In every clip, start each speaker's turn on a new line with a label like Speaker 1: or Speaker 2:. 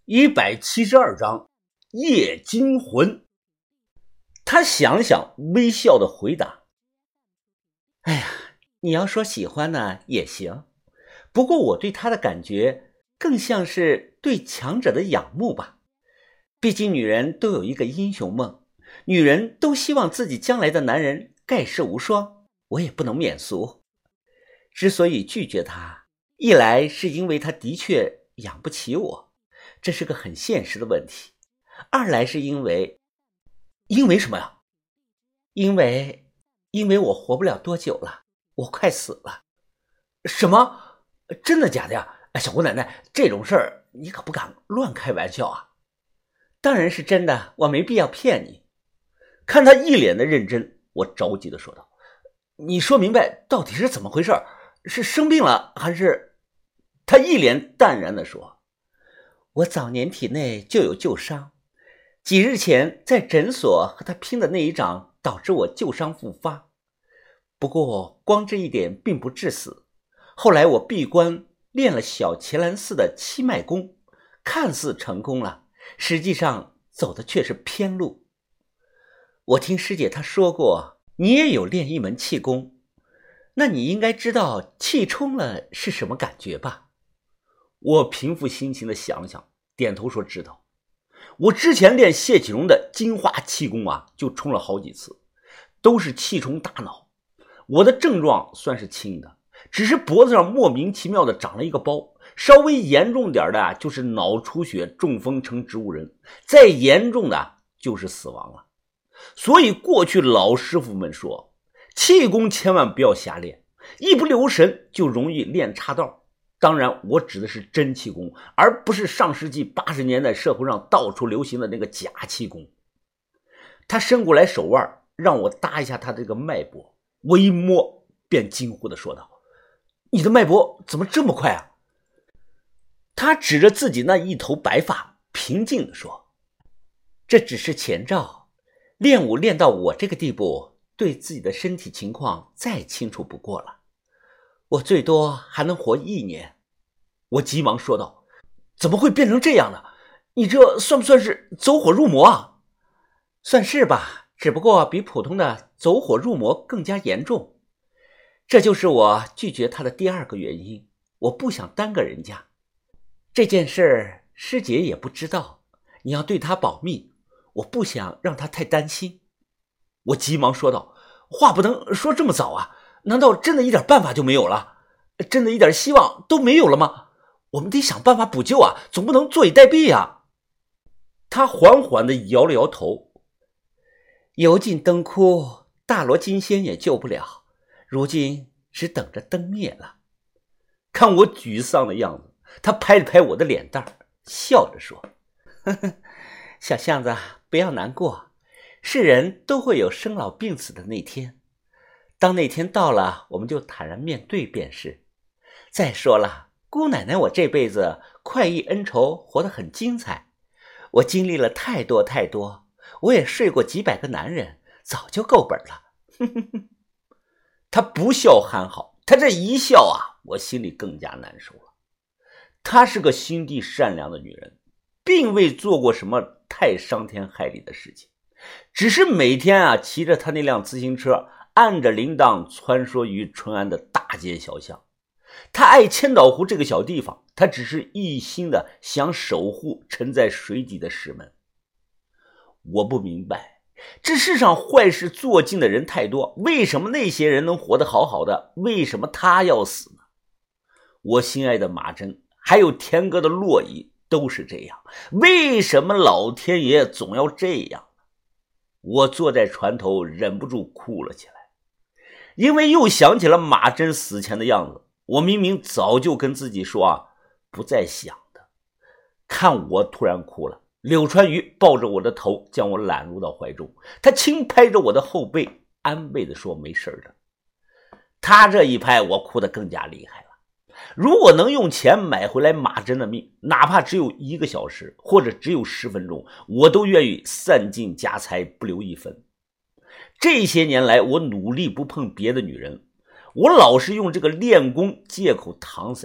Speaker 1: 172章夜惊魂。他想了想，微笑的回答：
Speaker 2: 哎呀，你要说喜欢呢也行，不过我对他的感觉更像是对强者的仰慕吧。毕竟女人都有一个英雄梦，女人都希望自己将来的男人盖世无双，我也不能免俗。之所以拒绝他，一来是因为他的确养不起我，这是个很现实的问题；二来是因为
Speaker 1: 什么呀？
Speaker 2: 因为我活不了多久了，我快死了。
Speaker 1: 什么？真的假的呀？小姑奶奶，这种事儿你可不敢乱开玩笑啊。
Speaker 2: 当然是真的，我没必要骗你。
Speaker 1: 看他一脸的认真，我着急的说道：你说明白到底是怎么回事？是生病了还是……他一脸淡然的说：
Speaker 2: 我早年体内就有旧伤，几日前在诊所和他拼的那一掌导致我旧伤复发，不过光这一点并不致死。后来我闭关练了小伽蓝寺的七脉功，看似成功了，实际上走的却是偏路。我听师姐她说过，你也有练一门气功，那你应该知道气冲了是什么感觉吧？
Speaker 1: 我平复心情的想了想，点头说知道。我之前练谢启荣的金花气功啊，就冲了好几次，都是气冲大脑。我的症状算是轻的，只是脖子上莫名其妙的长了一个包，稍微严重点的就是脑出血、中风成植物人，再严重的就是死亡了。所以过去老师傅们说，气功千万不要瞎练，一不留神就容易练岔道。当然我指的是真气功，而不是上世纪80年代社会上到处流行的那个假气功。他伸过来手腕让我搭一下他这个脉搏，我一摸便惊呼地说道：你的脉搏怎么这么快啊？他指着自己那一头白发平静地说：
Speaker 2: 这只是前兆，练武练到我这个地步，对自己的身体情况再清楚不过了，我最多还能活1年。
Speaker 1: 我急忙说道：怎么会变成这样呢？你这算不算是走火入魔啊？
Speaker 2: 算是吧，只不过比普通的走火入魔更加严重。这就是我拒绝他的第2个原因，我不想耽搁人家。这件事师姐也不知道，你要对她保密，我不想让她太担心。
Speaker 1: 我急忙说道：话不能说这么早啊，难道真的一点办法就没有了？真的一点希望都没有了吗？我们得想办法补救啊，总不能坐以待毙啊。他缓缓地摇了摇头：
Speaker 2: 油尽灯枯，大罗金仙也救不了，如今只等着灯灭了。
Speaker 1: 看我沮丧的样子，他拍了拍我的脸蛋，笑着说：
Speaker 2: 呵呵，小巷子不要难过，是人都会有生老病死的那天，当那天到了，我们就坦然面对便是。再说了，姑奶奶我这辈子快意恩仇活得很精彩，我经历了太多太多，我也睡过几百个男人，早就够本了。
Speaker 1: 他不笑还好，他这一笑啊，我心里更加难受了。她是个心地善良的女人，并未做过什么太伤天害理的事情，只是每天啊骑着她那辆自行车，按着铃铛穿梭于淳安的大街小巷。他爱千岛湖这个小地方，他只是一心的想守护沉在水底的石门。我不明白，这世上坏事做尽的人太多，为什么那些人能活得好好的，为什么他要死呢？我心爱的马珍还有田哥的洛伊都是这样，为什么老天爷总要这样？我坐在船头忍不住哭了起来，因为又想起了马珍死前的样子。我明明早就跟自己说啊，不再想的。看我突然哭了，柳川鱼抱着我的头，将我揽入到怀中，他轻拍着我的后背，安慰地说没事的。他这一拍，我哭得更加厉害了。如果能用钱买回来马珍的命，哪怕只有1个小时，或者只有10分钟，我都愿意散尽家财不留一分。这些年来，我努力不碰别的女人，我老是用这个练功借口搪塞，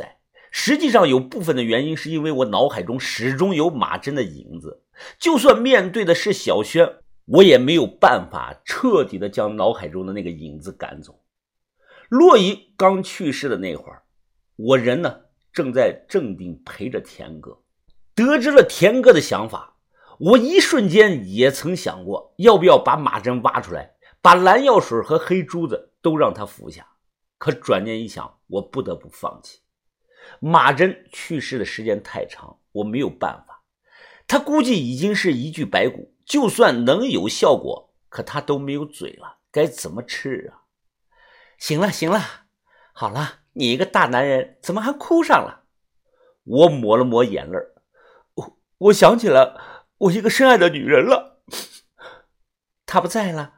Speaker 1: 实际上有部分的原因是因为我脑海中始终有马珍的影子，就算面对的是小轩，我也没有办法彻底的将脑海中的那个影子赶走。洛伊刚去世的那会儿，我人呢正在正定陪着田哥，得知了田哥的想法，我一瞬间也曾想过要不要把马珍挖出来，把蓝药水和黑珠子都让他服下，可转念一想，我不得不放弃。马珍去世的时间太长，我没有办法，他估计已经是一具白骨，就算能有效果，可他都没有嘴了，该怎么吃啊？
Speaker 2: 行了行了，好了，你一个大男人怎么还哭上了？
Speaker 1: 我抹了抹眼泪，我想起了我一个深爱的女人了。
Speaker 2: 她不在了？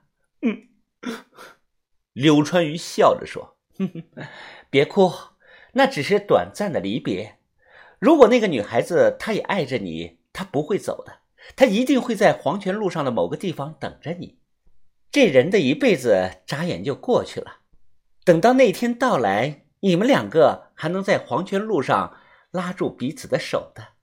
Speaker 1: 柳川鱼笑着说，
Speaker 2: 别哭，那只是短暂的离别。如果那个女孩子她也爱着你，她不会走的，她一定会在黄泉路上的某个地方等着你。这人的一辈子眨眼就过去了，等到那天到来，你们两个还能在黄泉路上拉住彼此的手的。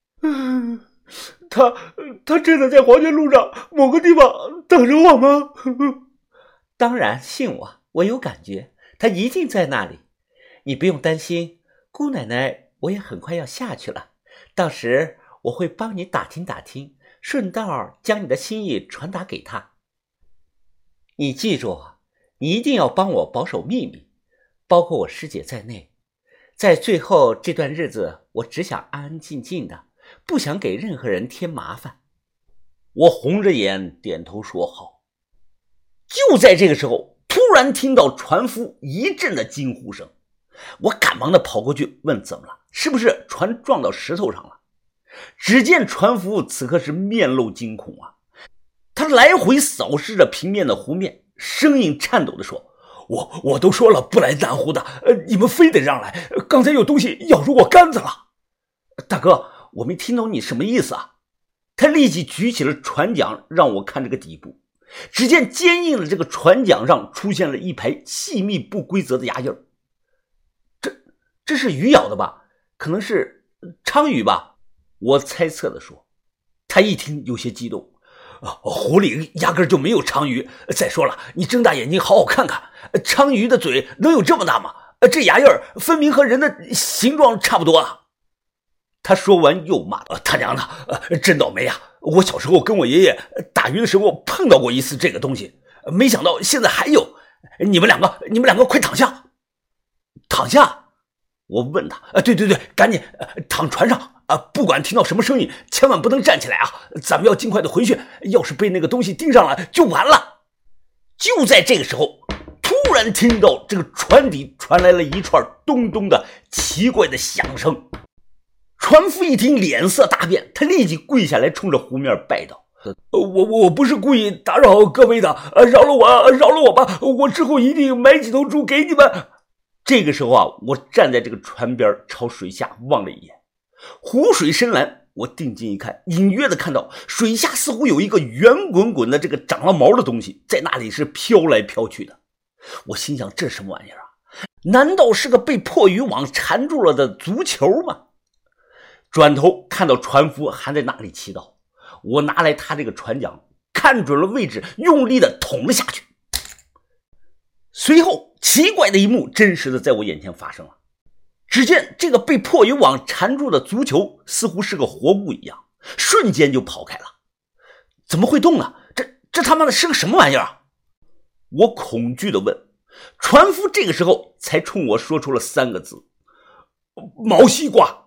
Speaker 1: 他真的在黄泉路上某个地方等着我吗？
Speaker 2: 当然，信我，我有感觉，他一定在那里。你不用担心，姑奶奶我也很快要下去了，到时我会帮你打听打听，顺道将你的心意传达给他。你记住，你一定要帮我保守秘密，包括我师姐在内。在最后这段日子，我只想安安静静的，不想给任何人添麻烦。
Speaker 1: 我红着眼点头说好。就在这个时候，突然听到船夫一阵的惊呼声，我赶忙的跑过去问怎么了，是不是船撞到石头上了？只见船夫此刻是面露惊恐啊，他来回扫视着平面的湖面，声音颤抖的说，我都说了不来南湖的，你们非得让来，刚才有东西咬住我杆子了。大哥，我没听懂你什么意思啊？他立即举起了船桨让我看这个底部，只见坚硬的这个船桨上出现了一排细密不规则的牙印。这是鱼咬的吧？可能是鲳鱼吧？我猜测的说。他一听有些激动，湖里压根就没有鲳鱼，再说了，你睁大眼睛好好看看，鲳鱼的嘴能有这么大吗？这牙印分明和人的形状差不多啊。他说完又骂道，他娘的，真倒霉啊，我小时候跟我爷爷打鱼的时候碰到过一次这个东西，没想到现在还有。你们两个快躺下。躺下？我问他，对，赶紧躺船上，不管听到什么声音，千万不能站起来啊，咱们要尽快的回去，要是被那个东西盯上了就完了。就在这个时候，突然听到这个船底传来了一串咚咚的奇怪的响声。船夫一听脸色大变，他立即跪下来冲着湖面拜道，我不是故意打扰各位的，饶了我吧，我之后一定买几头猪给你们。这个时候啊，我站在这个船边朝水下望了一眼，湖水深蓝，我定睛一看，隐约的看到水下似乎有一个圆滚滚的这个长了毛的东西在那里是飘来飘去的。我心想，这什么玩意儿啊？难道是个被破渔网缠住了的足球吗？转头看到船夫还在那里祈祷，我拿来他这个船桨，看准了位置，用力的捅了下去。随后奇怪的一幕真实的在我眼前发生了，只见这个被破渔网缠住的足球似乎是个活物一样，瞬间就跑开了。怎么会动呢？这他妈的是个什么玩意儿啊？我恐惧的问。船夫这个时候才冲我说出了3个字：毛西瓜。